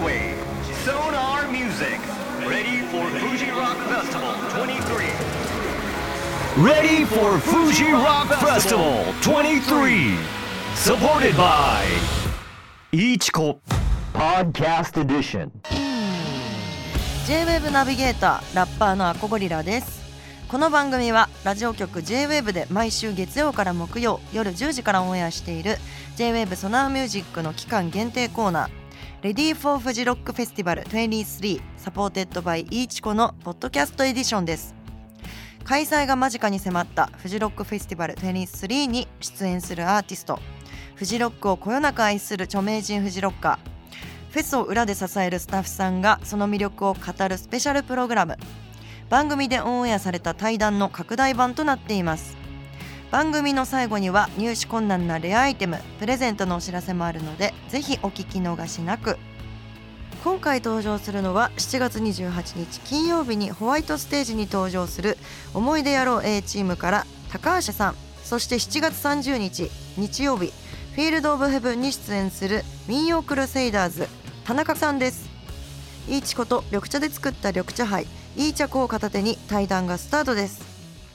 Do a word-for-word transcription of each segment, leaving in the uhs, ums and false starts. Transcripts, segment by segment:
J-Wave Sonar Music Ready for Fuji Rock Festival twenty-three Ready for Fuji Rock Festival twenty-three Supported by Ichiko Podcast Edition J-ウェーブ ナビゲーターラッパーのアコゴリラです。この番組はラジオ局 J-ウェーブ で毎週月曜から木曜夜じゅうじからオンエアしている J-ウェーブ ソナーミュージックの期間限定コーナー Ready for Fuji Rock Festival にじゅうさんサポーテッドバイイーチコのポッドキャストエディションです。開催が間近に迫ったフジロックフェスティバルにじゅうさんに出演するアーティスト、フジロックをこよなく愛する著名人フジロッカー、フェスを裏で支えるスタッフさんがその魅力を語るスペシャルプログラム、番組でオンエアされた対談の拡大版となっています。番組の最後には入手困難なレアアイテム、プレゼントのお知らせもあるのでぜひお聞き逃しなく。今回登場するのはしちがつにじゅうはちにち金曜日にホワイトステージに登場する思い出野郎 A チームから高橋さん、そしてしちがつさんじゅうにち日曜日フィールドオブヘブンに出演する民謡クルセイダーズ田中さんです。イーチコと緑茶で作った緑茶杯イーチャコを片手に対談がスタートです。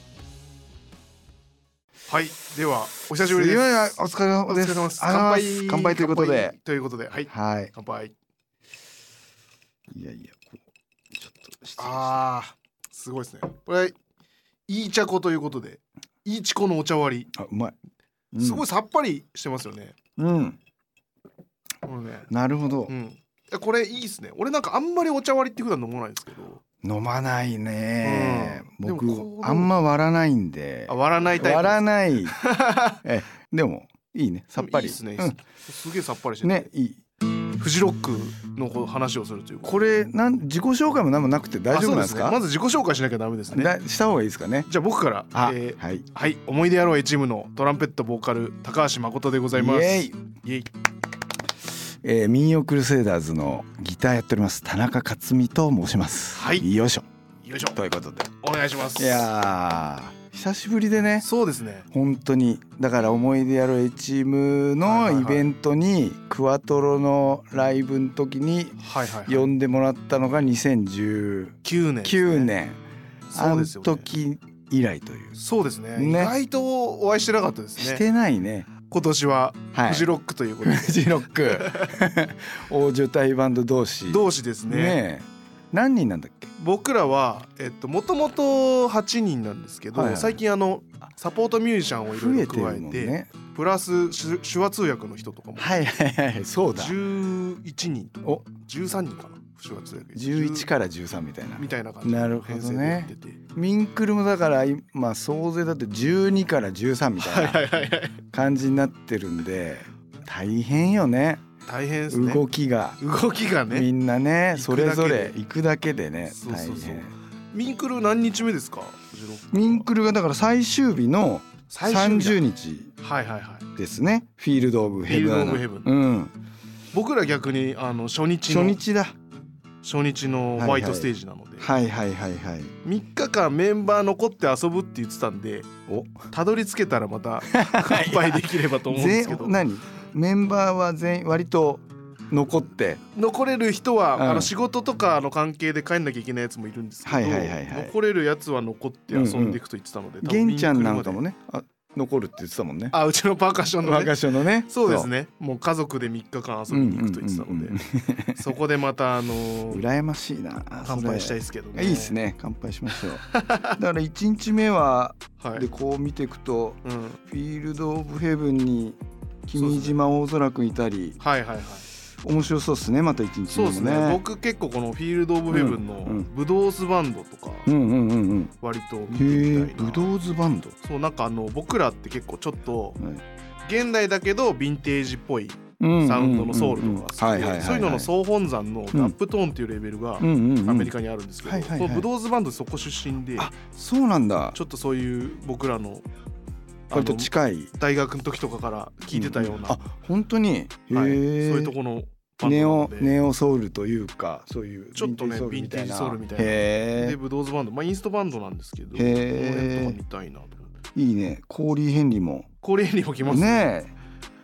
はい、ではお久しぶりです。 いやいやお疲れ様です。 お疲れ様です。 乾杯乾杯ということでということではい、 はい、 乾杯。 いやいやこうちょっと失礼して、 あーすごいですね。これいい茶粉ということでいいちこのお茶割り、 あうまい、うん、 すごいさっぱりしてますよね。 うんこれね、 なるほど、 うん、いやこれいいですね。俺なんかあんまりお茶割りって普段飲まないんですけど。 飲まないね、うん、僕あんま割らないんで。 あ割らないタイプ。 割らないえでもいいね、さっぱり。 いいですね、 うん、 すげえさっぱりしててね、いい。 フジロックの話をするというこれなん自己紹介も何もなくて大丈夫なんですか？ ですね、まず自己紹介しなきゃダメですね。 だした方がいいですかね。 じゃあ僕から、えー、はい、はい、思い出野郎 A チームのトランペットボーカル高橋誠でございます。イエイイエイ。 えー、民謡クルセイダーズのギターやっております田中克美と申します。 はい、 よいしょよいしょということでお願いします。 いや久しぶりでね。 そうですね、 本当にだから思い出野郎 A チームのイベントにクワトロのライブの時に呼んでもらったのがにせんじゅうきゅうねん、あの時以来という。 そうですね、意外とお会いしてなかったですね。 してないね。 今年はフジロックということで、 フジロック大所帯バンド同士同士ですね。 ね何人なんだっけ？ 僕らはえっともともとはちにんなんですけど、はいはい、最近あのサポートミュージシャンをいろいろ加えて、ね、プラス手話通訳の人とかもはいはいはいそうだじゅういちにんとかじゅうさんにんかな、手話通訳じゅういちからじゅうさんみたいなみたいな感じなるほどね。ミンクルもだから今総勢だってじゅうにからじゅうさんみたいな感じになってるんで大変よね。 大変ですね、 動きが動きがね、 みんなねそれぞれ行くだけでね大変。そうそうそう。 ミンクル何日目ですか？ ミンクルがだから最終日のさんじゅうにちですね。フィールドオブヘブン、うん、僕ら逆にあの初日の初日だ初日のホワイトステージなので、 はいはいはいはい、 みっかかんメンバー残って遊ぶって言ってたんで、おたどり着けたらまた乾杯できればと思うんですけど何メンバーは全員割と残って残れる人は、うん、あの仕事とかの関係で帰んなきゃいけないやつもいるんですけど、はいはいはいはい、残れるやつは残って遊んでいくと言ってたので、 ゲンちゃんなんかもねあ残るって言ってたもんね。 あうちのパーカッションのね、 パーカッションのねそうですね、もう家族でみっかかん遊びに行くと言ってたので、うんうんうんうん、そこでまたあのー、 羨ましいな。 乾杯したいですけどね。 いいですね、乾杯しましょうだからいちにちめは、はい、でこう見ていくと、うん、フィールドオブヘブンに君島大空くんいたり、 はいはいはい、 面白そうですね。また一日目もね。 そうですね、僕結構このフィールドオブヘブンのブドウズバンドとか割と見てみたいな。 ブドウズバンド、 そうなんかあの僕らって結構ちょっと現代だけどヴィンテージっぽいサウンドのソウルとかが好きで、そういうのの総本山のダップトーンっていうレベルがアメリカにあるんですけど、ブドウズバンドそこ出身で、 あそうなんだ。 ちょっとそういう僕らの割と近い大学の時とかから聞いてたような、うん、 あ本当に、はい、 そういうところのネオネオソウルというかそういうちょっとねヴィンテージソウルみたいなでブドウズバンド、まあインストバンドなんですけど、この辺とか見たいなと思って。 いいね。コーリー・ヘンリーもコーリー・ヘンリーも来ますね。 ね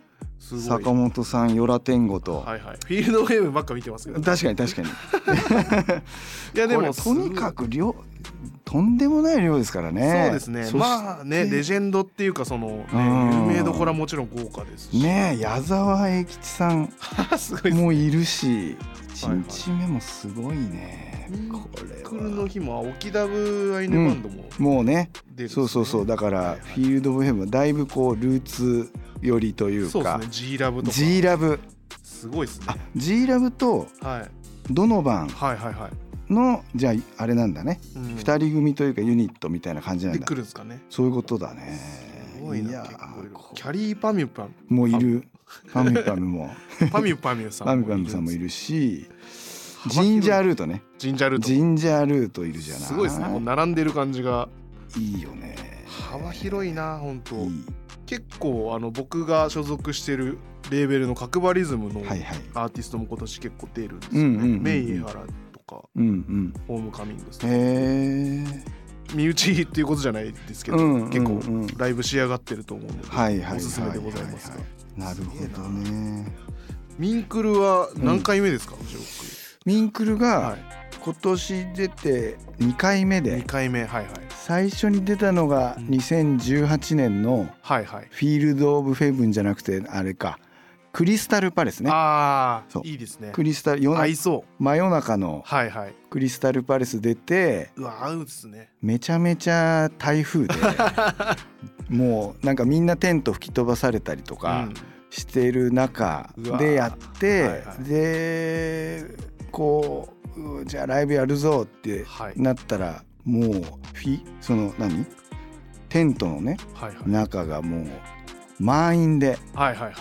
坂本さん、ヨラ天狗と、 はいはい、フィールドゲームばっか見てますけど、 確かに確かにいやでもとにかく量とんでもない量ですからね。 そうですね。まあね、レジェンドっていうかその、ね、有名どころはもちろん豪華ですしね。矢沢永吉さんすごいもいるし、いちにちめもすごいね。 これ来るの日も青木ダブアイヌバンドも、 うん、もうね、そうそうそう、だからフィールドオブヘブンはだいぶこうルーツ寄りというか、 そうですね、G ラブとか G ラブすごいですね。 あ、G ラブとドノバンのじゃああれなんだね、うん、ふたり組というかユニットみたいな感じなんだ。 で来るんですかね。 そういうことだね。 すごいな。いやキャリーパミュパムもいる。パミュパムもパミュパミュさんパミュパムさんもいるし、ジンジャールートね。 ジンジャールート。 ジンジャールートいるじゃない。 すごいですね。もう並んでる感じがいいよね。 幅広いな本当。いい。結構あの僕が所属してるレーベルの角張リズムのアーティストも今年結構出るんですよね。メイエハラとか、うんうん、ホームカミングスとか。へ身内っていうことじゃないですけど、うんうんうん、結構ライブ仕上がってると思うので、はいはいはいはい、おすすめでございますが。 なるほどね。 ミンクルは何回目ですか？うん、 ミンクルが今年出てにかいめで、 にかいめ、はいはい、 最初に出たのがにせんじゅうはちねんのフィールドオブフェブンじゃなくてあれか、クリスタルパレスね。 ああ、いいですね。 クリスタル夜合いそう。 真夜中のクリスタルパレス出て、 うわ合うですね。 めちゃめちゃ台風でもうなんかみんなテント吹き飛ばされたりとかしてる中でやって、はいはい、でこうじゃあライブやるぞってなったら、はい、もうフィその何テントのね、はいはい、中がもう満員で、はいはいはい、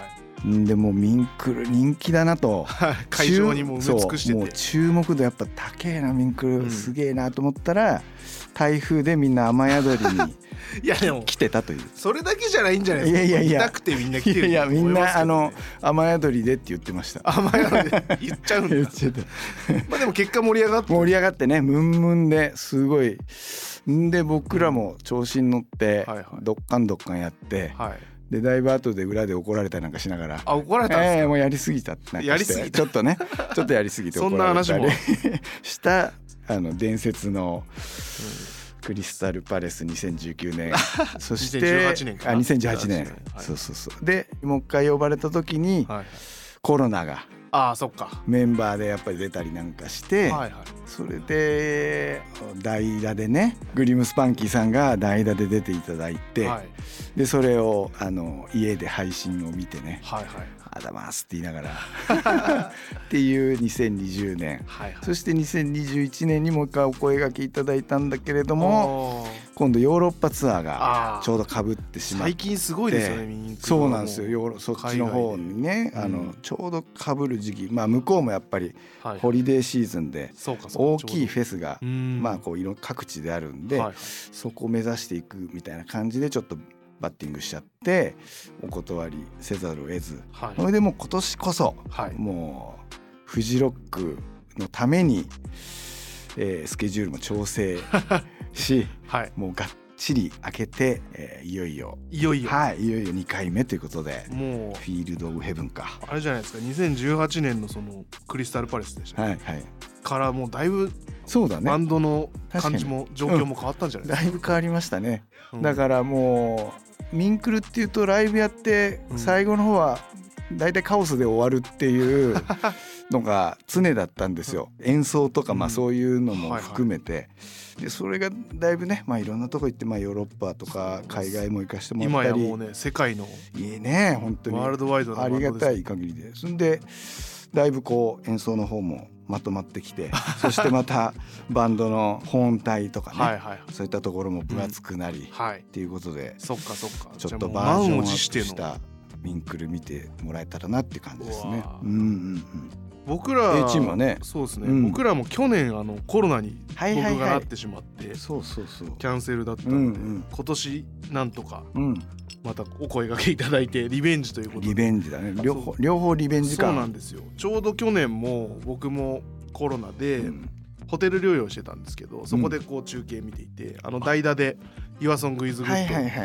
でもうミンクル人気だなと会場にも埋め尽くしてて、 もう注目度やっぱ高えなミンクル、うん、すげえなと思ったら台風でみんな雨宿りにいやでも来てたという。 それだけじゃないんじゃないですか。 いやいやいや、 見たくてみんな来てる。 いやいやみんなあの雨宿りでって言ってました。 雨宿りで言っちゃうんだ。言っちゃったまあでも結果盛り上がって盛り上がってね、ムンムンですごいんで、僕らも調子に乗ってどっかんどっかんやって、はいはい、でだいぶ後で裏で怒られたりなんかしながら、 あ怒られたんですか。 えー、もうやりすぎたってなんかして、やりすぎたちょっとねちょっとやりすぎて怒られたりそんな話もしたあの伝説の、うんクリスタルパレスにせんじゅうきゅうねんそしてにせんじゅうはちねんかな。 あにせんじゅうはちねん、はい、そうそうそうでもう一回呼ばれた時に、はいはい、コロナがあそっかメンバーでやっぱり出たりなんかして、はいはい、それで代打でねグリムスパンキーさんが代打で出ていただいて、はい、でそれをあの家で配信を見てね、はいはい、あだますって言いながらっていうにせんにじゅうねん、はいはい、そしてにせんにじゅういちねんにもう一回お声掛けいただいたんだけれども、今度ヨーロッパツアーがちょうど被ってしまって、 最近すごいですよね。ミンクルそうなんですよ。ヨーロそっちの方にね、あの、うん、ちょうど被る時期、まあ向こうもやっぱりホリデーシーズンで大きいフェスがまあこういろ各地であるんで、はいはい、そこを目指していくみたいな感じでちょっとバッティングしちゃってお断りせざるを得ず、はい、それでもう今年こそ、はい、もうフジロックのために、えー、スケジュールも調整し、はい、もうがっちり開けて、えー、いよいよいよいよ、 はい、いよいよにかいめということで、もうフィールドオブヘブンかあれじゃないですか。にせんじゅうはちねんのそのクリスタルパレスでした、ね、はいはい、からもうだいぶそうだね、バンドの感じも状況も変わったんじゃないですか、 うん、だいぶ変わりましたね、うん、だからもうミンクルっていうとライブやって最後の方はだいたいカオスで終わるっていうのが常だったんですよ。演奏とかまあそういうのも含めて、でそれがだいぶね、まあいろんなとこ行って、まあヨーロッパとか海外も行かしてもらったり、 今やもうね世界のいいね本当にワールドワイドなありがたい限りで、そんでだいぶこう演奏の方もまとまってきてそしてまたバンドの本体とかねはい、はい、そういったところも分厚くなり、うんはい、っていうことで、 そっかそっか、 ちょっとバージョンアップしたミンクル見てもらえたらなっていう感じですね。うんうんうん、 僕ら A チームはね、 そうですね、うん、僕らも去年あのコロナに僕がなってしまって、はいはいはい、そうそうそうキャンセルだったので、うんうん、今年なんとか、うんまたお声掛けいただいてリベンジということで。 リベンジだね、両方両方リベンジか。 そうなんですよ。ちょうど去年も僕もコロナでホテル療養してたんですけど、そこでこう中継見ていて、あの代打で Your Song Is Good を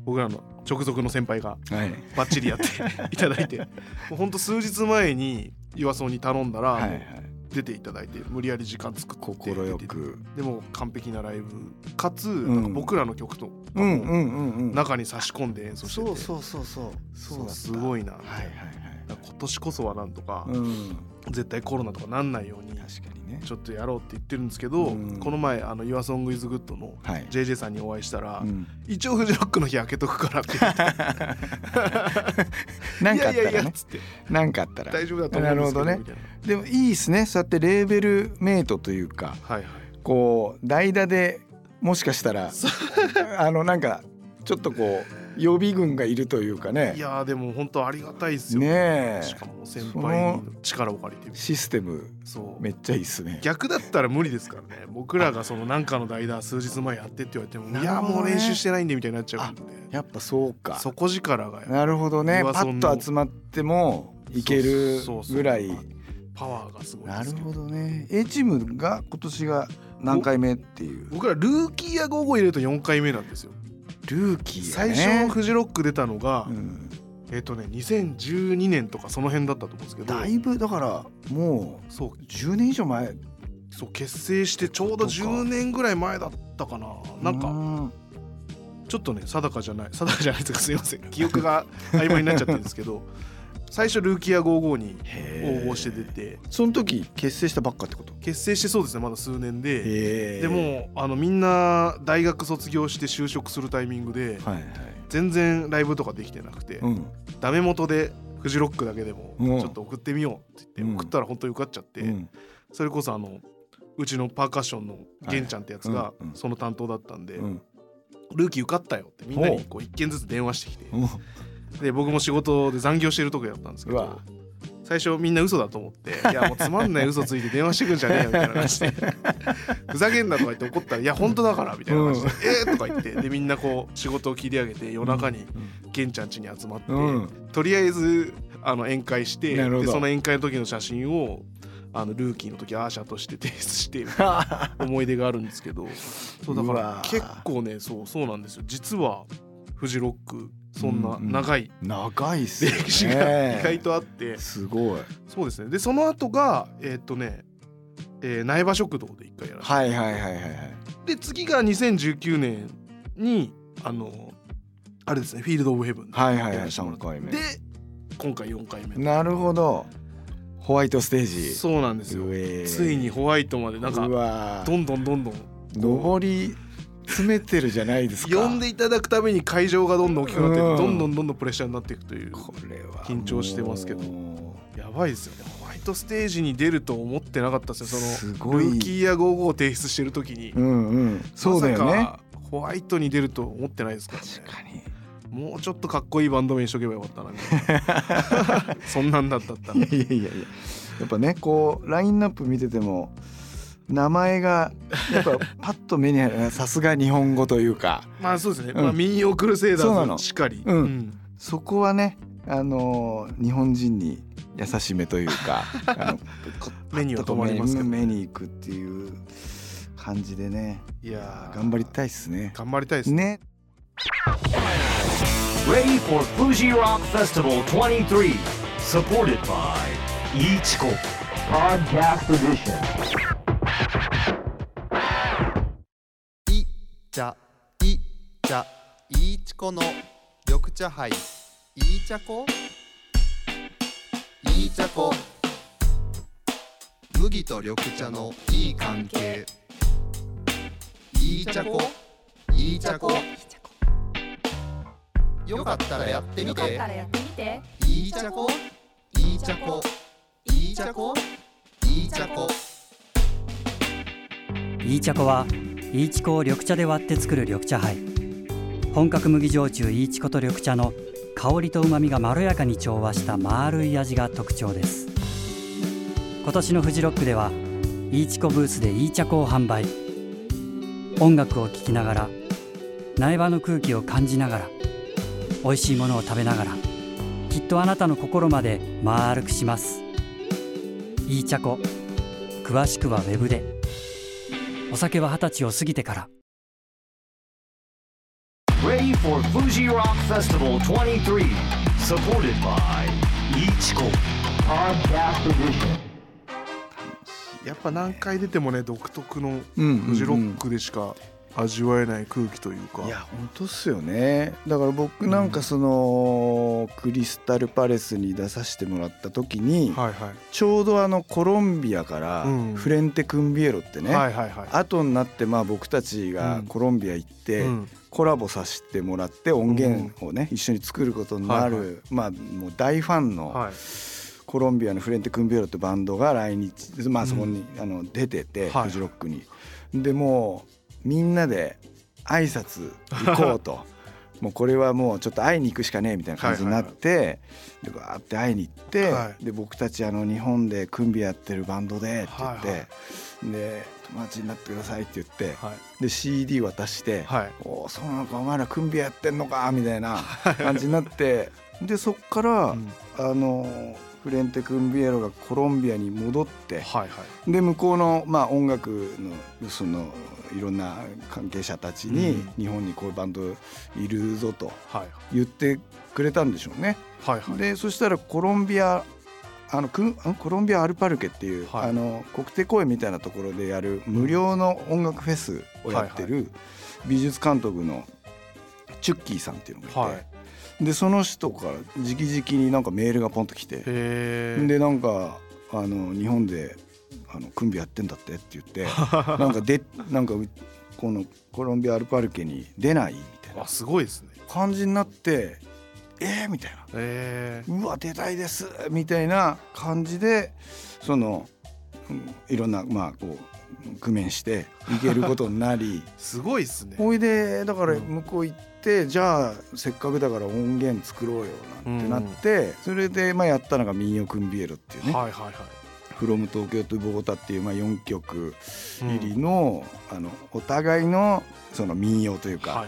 僕らの直属の先輩がバッチリやっていただいて、もうほんと数日前に岩荘に頼んだら、はいはい、出ていただいて無理やり時間作って心よくでも完璧なライブかつ、うん、なんか僕らの曲とかも中に差し込んで演奏してて、 そうそうそうそうそう、 すごいな、はいはいはい、今年こそはなんとか、うん、絶対コロナとかなんないように確かに、ね、 ちょっとやろうって言ってるんですけど、うん、この前あの Your Song is Good の ジェイジェイ さんにお会いしたら、はい、一応フジロックの日開けとくからって言ってなんかあったらね、いやいやいやつってなんかあったら大丈夫だと思うんですけど、 なるほどね。でもいいですね、そうやってレーベルメイトというか、はいはい、こう代打でもしかしたらあのなんかちょっとこう予備軍がいるというかね。 いやでも本当ありがたいですよね。しかも先輩の力を借りてシステムめっちゃいいっすね。 逆だったら無理ですからね。僕らがそのなんかの代打数日前やってって言われても、ね、いやもう練習してないんでみたいになっちゃうんで。 やっぱそうか。 底力がなるほどね。パッと集まってもいけるぐらいパワーがすごいです。なるほどね。A チームが今年が何回目っていう。 僕らルーキーやゴーゴー入れるとよんかいめなんですよ。 ルーキー、ね、 最初のフジロック出たのが、うん、えっとねにせんじゅうにねんとかその辺だったと思うんですけど、 だいぶだからもうそうじゅうねん以上前、 そう結成してちょうどじゅうねんぐらい前だったかな。なんかちょっとね定かじゃない定かじゃないですか、すいません記憶が曖昧になっちゃってるんですけど最初ルーキーやゴーゴーに応募して出て、 その時結成したばっかってこと？ 結成してそうですね、まだ数年で、でもあのみんな大学卒業して就職するタイミングで、はいはい、全然ライブとかできてなくて、うん、ダメ元でフジロックだけでもちょっと送ってみようって言って、うん、送ったら本当に受かっちゃって、うん、それこそあのうちのパーカッションのゲンちゃんってやつがその担当だったんで、うん、ルーキー受かったよってみんなにこう一件ずつ電話してきて、で僕も仕事で残業してるとこやったんですけど、最初みんな嘘だと思って、いやもうつまんない嘘ついて電話してくんじゃねえよみたいな感じでふざけんなとか言って怒ったら、いや本当だからみたいな感じで、うん、えーとか言って、でみんなこう仕事を切り上げて夜中にゲンちゃん家に集まって、うん、とりあえずあの宴会して、でその宴会の時の写真をあのルーキーの時アーシャとして提出して思い出があるんですけど、そうだから結構ね、そうそうなんですよ。実はフジロックそんな長い、 うんうん、長いっすね、 歴史が意外とあって、 すごい。 そうですね。でその後がえー、っとね、えー、苗場食堂で一回やらせて、 はいはいはいはいはい。 で次がにせんじゅうきゅうねんにあのあれですね、フィールドオブヘブンではいはいはいさんかいめで今回よんかいめ。 なるほど。ホワイトステージ。 そうなんですよ。ついにホワイトまでなんかどんどんどんどん上り詰めてるじゃないですか。 呼んでいただくために会場がどんどん大きくなって、うん、どんどんどんどんプレッシャーになっていくという。これは緊張してますけどやばいですよね。ホワイトステージに出ると思ってなかったですよ。そのすごいルーキーやゴーゴー提出してる時に、うんうん、そうだよね、まさかホワイトに出ると思ってないですからね。確かにもうちょっとかっこいいバンド名にしとけばよかったなみたいなそんなんだったったらいやいやいや、 やっぱねこうラインナップ見てても名前がやっぱパッと目に入る。さすが日本語というかまあそうですね、うん、まあ、民謡クルセイダーズしかり、 うんうん、そこはね、あのー、日本人に優しめというかあの目には止まりますけど、 目に行くっていう感じでね、いや頑張りたいっすね。 頑張りたいっすね。 Ready for Fuji Rock Festival twenty-three, supported by Ichiko Podcast Edition. い茶い茶いちこの緑茶杯いちゃこいちゃこ麦と緑茶のいい関係いちゃこいちゃこよかったらやってみて。よかったらやってみて。いいちゃこ、いいちゃこ、いいちゃこ、いいちゃこ。 いいちゃこはいいちこを緑茶で割って作る緑茶杯。本格麦焼酎いいちこと緑茶の香りと旨味がまろやかに調和した丸い味が特徴です。今年のフジロックではいいちこブースでいいちゃこを販売。音楽を聴きながら、苗場の空気を感じながら、美味しいものを食べながら、きっとあなたの心まで丸くします。いいちゃこ、詳しくはウェブで。お酒は二十歳を過ぎてから。 ready for Fuji Rock Festival twenty-three, supported by Ichiko Podcast Edition。 やっぱ何回出てもね独特のフジロックでしか味わえない空気というか、 いや本当っすよね。だから僕なんかその、うん、クリスタルパレスに出させてもらった時に、はいはい、ちょうどあのコロンビアからフレンテ・クンビエロってね、うんはいはいはい、後になってまあ僕たちがコロンビア行って、うん、コラボさせてもらって音源をね、うん、一緒に作ることになる、はいはい、まあもう大ファンの、はい、コロンビアのフレンテ・クンビエロってバンドが来日、まあそこに、うん、あの出てて、はい、フジロックにでもうみんなで挨拶行こうともうこれはもうちょっと会いに行くしかねえみたいな感じになって、はいはいはい、でバーって会いに行って、はい、で僕たちあの日本でクンビやってるバンドでって言って、はいはい、で友達になってくださいって言って、はい、で シーディー 渡して、はい、おそうなのかお前らクンビやってんのかみたいな感じになってでそっから、うん、あのフレンテ・クンビエロがコロンビアに戻って、はいはい、で向こうの、まあ、音楽のそのいろんな関係者たちに、うん、日本にこういうバンドいるぞと言ってくれたんでしょうね、はいはい、でそしたらコロンビアあのコロンビアアルパルケっていう、はい、あの国定公園みたいなところでやる無料の音楽フェスをやってる美術監督のチュッキーさんっていうのがいて、はいでその人から直々になんかメールがポンと来てでなんかあの日本であのクンビやってんだってって言ってなんかでなんかこのコロンビアアルパルケに出ないみたいなあすごいですね感じになってえーみたいな、えー、うわ出たいですみたいな感じでその、うん、いろんなまあこう工面していけることになりすごいですねほいでだから向こう行って、うん、じゃあせっかくだから音源作ろうよなんてなって、うん、それでまあやったのが民謡クンビエロっていうね、はいはいはい、From 東京 to ボゴタっていうまあよんきょく入りの、うん、あのお互いのその民謡というか、はいはい、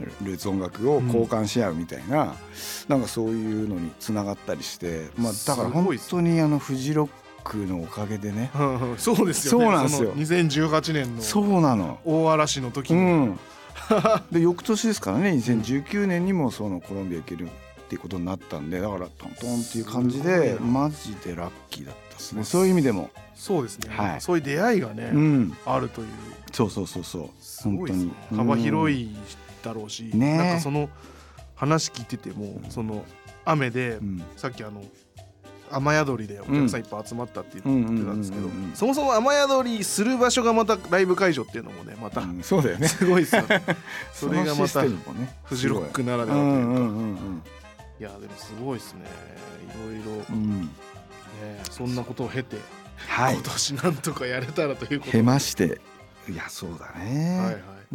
ルーツ音楽を交換し合うみたいな、うん、なんかそういうのにつながったりして、まあ、だから本当にあのフジロックのおかげでねそうですよねそうなんですよにせんじゅうはちねんのそうなの大嵐の時に、うん、 で翌年ですからねにせんじゅうきゅうねんにもそのコロンビア行けるっていうことになったんでだからトントンっていう感じでマジでラッキーだったですねそういう意味でもそうですね、はい、そういう出会いがね、うん、あるというそうそうそうそうすごいですね本当に幅広いだろうし、うん、なんかその話聞いてても、うん、その雨で、うん、さっきあの雨宿りでお客さんいっぱい集まったって言ってたんですけどそもそも雨宿りする場所がまたライブ会場っていうのもねまた、うん、 そうだよねすごいですよねそれがまたフジロックならではというか、うんうんうんうん、いやでもすごいですねいろいろ、うんね、そんなことを経て、はい、今年なんとかやれたらということで経ましていやそうだね、はいはいうん、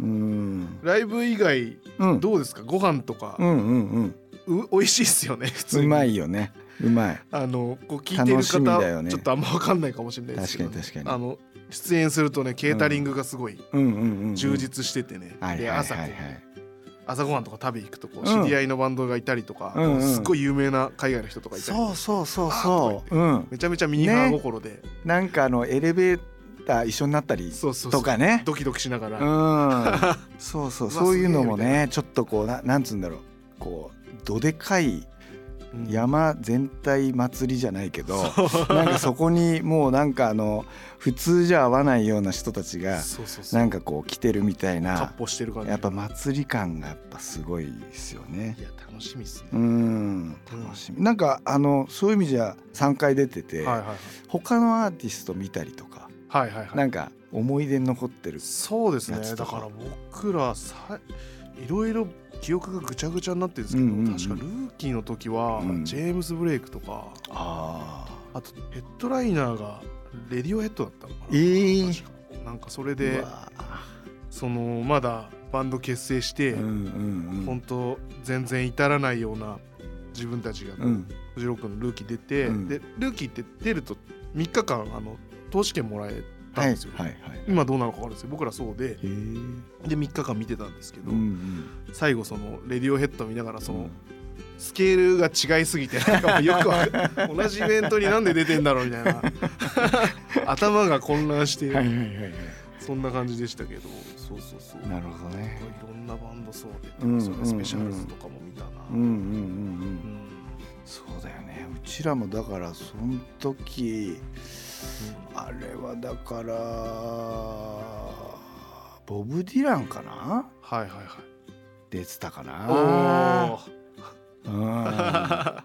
ライブ以外どうですか、うん、ご飯とか、うんうんうん、う美味しいっすよね普通にうまいよねうまいあのこう聞いてる方、ね、ちょっとあんま分かんないかもしれないですけど、ね、確かに確かにあの出演するとねケータリングがすごい充実しててね、で朝こう朝ごはんとか食べに行くとこう知り合いのバンドがいたりとか、うん、すごい有名な海外の人とかいたり、 そうそうそうそう、うん、 めちゃめちゃミニハー心で、ね、 なんかあのエレベーター一緒になったりとかねドキドキしながら、 うん、そうそうそういうのもねちょっとこう な, なんつうんだろうこうどでかい山全体祭りじゃないけどなんかそこにもうなんかあの普通じゃ合わないような人たちがなんかこう来てるみたいなやっぱ祭り感がやっぱすごいですよね。 いや楽しみっすね。 うん楽しみ。なんかあのそういう意味じゃさんかい出てて、はいはいはい、他のアーティスト見たりとか、はいはいはい、なんか思い出に残ってる。 そうですね。だから僕らさいろいろ記憶がぐちゃぐちゃになってるんですけど、うんうんうん、確かルーキーの時は、うん、ジェームズ・ブレイクとか、あ, あとヘッドライナーがレディオヘッドだったのかな、えー、なんかそれでそのまだバンド結成して、うんうんうん、本当全然至らないような自分たちが、うん、フジロックのルーキー出て、うん、でルーキーって出るとみっかかんあの投資券もらえたんですよ、はいはいはい、今どうなのか分かるんですけど僕らそうででみっかかん見てたんですけど、うんうん、最後そのレディオヘッド見ながらその、うん、スケールが違いすぎてなんかよく同じイベントになんで出てんだろうみたいな頭が混乱して、はいはいはいはい、 そんな感じでしたけど、そうそうそう。 なるほどね。 いろんなバンドそうで、うんうんうん、スペシャルズとかも見たな。 うんうんうんうん。そうだよね。うちらもだからその時、うん、あれはだからボブ・ディランかな。 はいはいはい。 出てたかな。うん、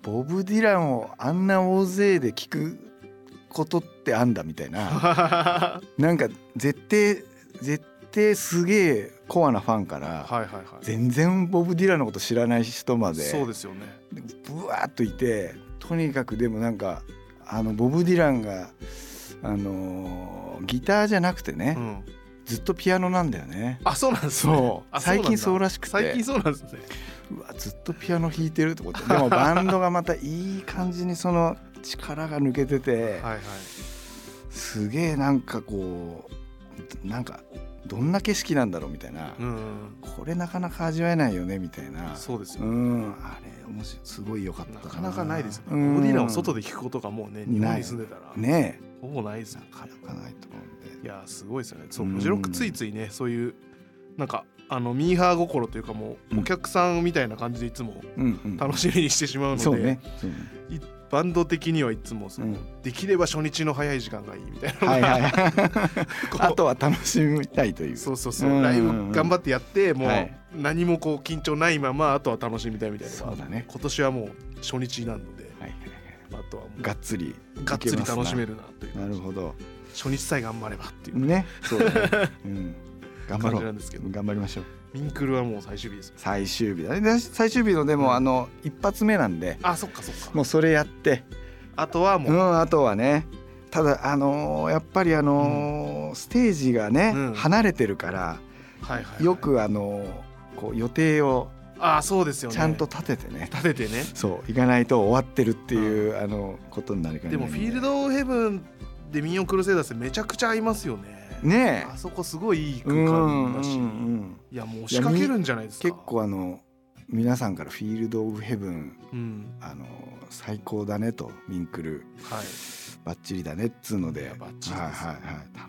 ボブ・ディランをあんな大勢で聞くことってあんだみたいななんか絶対絶対すげえコアなファンから、はいはいはい、全然ボブ・ディランのこと知らない人までそうですよね、 ブワーっといて、とにかくでもなんかあのボブ・ディランが、あのー、ギターじゃなくてね、うん、ずっとピアノなんだよね。 あ、そうなんですね。 そう最近そうらしくて、 最近そうなんですね。 うわずっとピアノ弾いてるってことでもバンドがまたいい感じにその力が抜けててはい、はい、すげえなんかこうなんかどんな景色なんだろうみたいな、うん、これなかなか味わえないよねみたいな。 そうですよ、 ね、うん、あれ面白い、すごい良かったな。なかなかないですね。ボブ・ディランを外で聞くことがもうね、日本に住んでたらねほぼないです。 なかなかないと思うんで、 いやすごいですよね。そう、もちろんついついね、そういうなんかあのミーハー心というか、もうお客さんみたいな感じでいつも楽しみにしてしまうので、そうね、そうね、バンド的にはいつもその、うん、できれば初日の早い時間がいいみたいな、はいはいあとは楽しみたいという、 そうそうそう、うんうんうん、ライブ頑張ってやってもう何もこう緊張ないままあとは楽しみたいみたいな。 そうだね、 今年はもう初日なので、はいはいはい、あとはもうがっつりがっつり楽しめるなという。 なるほど、 初日さえ頑張ればっていうね、そうだね、うん、頑張ろう、なんですけど頑張りましょう。 ミンクルはもう最終日です。 最終日だね。最終日のでも、うん、あの一発目なんで、 あ、そっかそっか、 もうそれやってあとはもう、 うん、あとはね、ただあのー、やっぱりあのーうん、ステージがね、うん、離れてるから、はいはいはい、よくあのー、こう予定をあ、そうですよね、 ちゃんと立ててね立ててね、 そう行かないと終わってるっていう、うん、あのことになるから、 ね、でもフィールドヘブンでミニオンクルセイダーズってめちゃくちゃ合いますよね。 ねえ、 あそこすごいいい空間だし、うんうんうん、いやもう仕掛けるんじゃないですか。 結構あの皆さんからフィールドオブヘブン、うん、あの最高だねと、ミンクル、はい、バッチリだねっつうので、 バッチリですね、はいはいはい、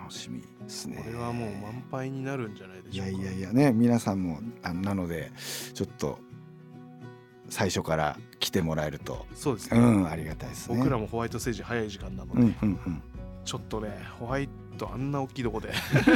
楽しみですね。 これはもう満杯になるんじゃないでしょうか。 いやいやいやね、皆さんもあなのでちょっと最初から来てもらえると、 そうですね、 うん、ありがたいですね。 僕らもホワイトステージ早い時間なので、うんうんうん、ちょっとねホワイトあんな大きいとこで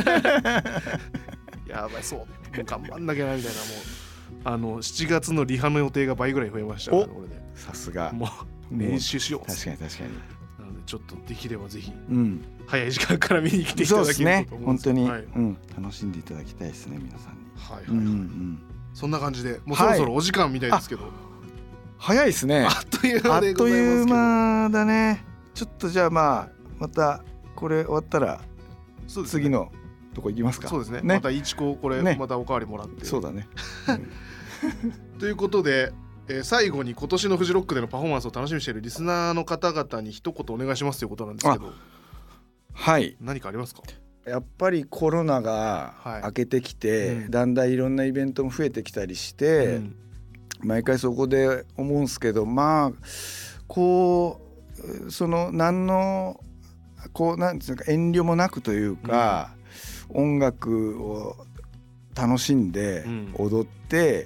やばい、そうもう頑張んなきゃなみたいな、もうあのしちがつのリハの予定が倍ぐらい増えましたから、ね、これでさすがもう練習しよう。 確かに確かに。 なのでちょっとできればぜひ、うん、早い時間から見に来ていただけると思うんです。 そうですね、本当に、はい、うん、楽しんでいただきたいですね、皆さんに。 はいはいはい、うんうん、そんな感じでもうそろそろお時間みたいですけど、はい、 早いですね。 あっという間でございますけど。あっという間だね。ちょっとじゃあまあまたこれ終わったら次のとこ行きますか。 そうですね、ね、またいちここれまたおかわりもらって、ね、 そうだね、 うん、ということで、えー、最後に今年のフジロックでのパフォーマンスを楽しみにしているリスナーの方々に一言お願いしますということなんですけど、 はい、 何かありますか。 やっぱりコロナが明けてきて、はい、うん、だんだんいろんなイベントも増えてきたりして、うん、毎回そこで思うんですけど、まあこうその何のこうなんていうか遠慮もなくというか、うん、音楽を楽しんで踊って、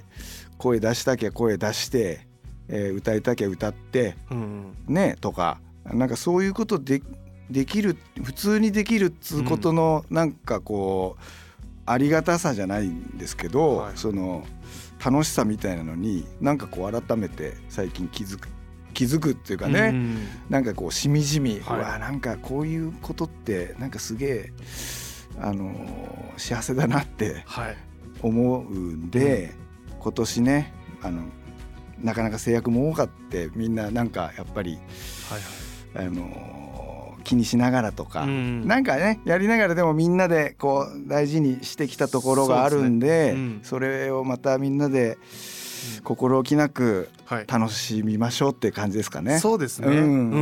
うん、声出したきゃ声出して、えー、歌いたきゃ歌って、うんうん、ねとかなんかそういうことでできる、普通にできるっつうことの、うん、なんかこうありがたさじゃないんですけど、はい、その楽しさみたいなのになんかこう改めて最近気づく気づくっていうかね、うん、なんかこうしみじみ、はい、うわなんかこういうことってなんかすげえあのー、幸せだなって思うんで、はい、うん、今年ねあのなかなか制約も多かってみんななんかやっぱり、はいはい、あのー、気にしながらとか、うん、なんかねやりながらでもみんなでこう大事にしてきたところがあるん で, で、ね、うん、それをまたみんなで心置きなく楽しみましょうっていう感じですかね、はい、 そうですね、 うんうんうん、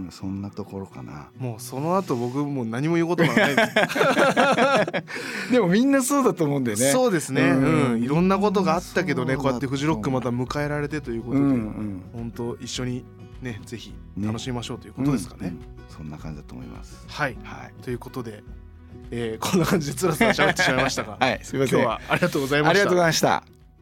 そんなところかな。 もうその後僕もう何も言うことがないですでもみんなそうだと思うんだよね。 そうですね、うんうん、いろんなことがあったけどね、こうやってフジロックまた迎えられてということで、うんうん、本当一緒にねぜひ楽しみましょうということですかね、ね、うん、 そんな感じだと思います。 はい、はい、ということでえー、こんな感じでつらつら喋ってしまいましたがはい、すいません。 今日はありがとうございました。 ありがとうございました。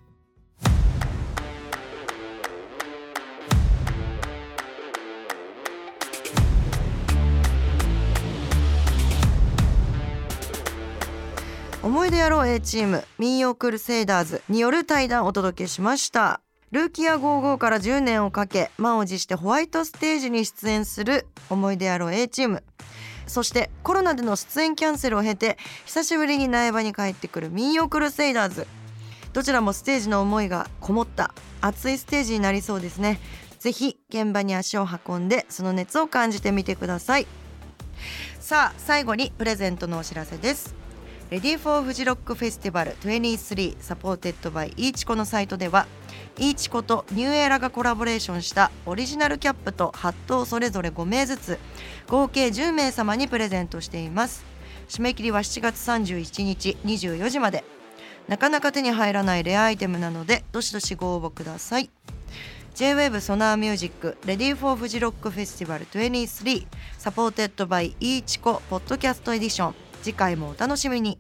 思い出やろう A チーム民謡クルセイダーズによる対談をお届けしました。ルーキアごじゅうごからじゅうねんをかけ満を持してホワイトステージに出演する思い出やろう A チーム、そしてコロナでの出演キャンセルを経て久しぶりに苗場に帰ってくる民謡クルセイダーズ、どちらもステージの思いがこもった熱いステージになりそうですね。ぜひ現場に足を運んでその熱を感じてみてください。さあ最後にプレゼントのお知らせです。レディーフォーフジロックフェスティバルにじゅうさんサポーテッドバイイーチコのサイトではイーチコとニューエラがコラボレーションしたオリジナルキャップとハットをそれぞれごめいずつ合計じゅうめいさまにプレゼントしています。締め切りはしちがつさんじゅういちにちにじゅうよじまで。なかなか手に入らないレアアイテムなのでどしどしご応募ください。 ジェイウェーブ ソナーミュージックレディーフォーフジロックフェスティバルにじゅうさんサポーテッドバイイーチコポッドキャストエディション、次回もお楽しみに。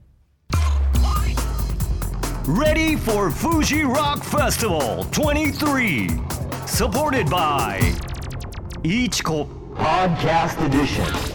Ready for Fuji Rock Festival twenty-three, supported by Ichiko Podcast Edition.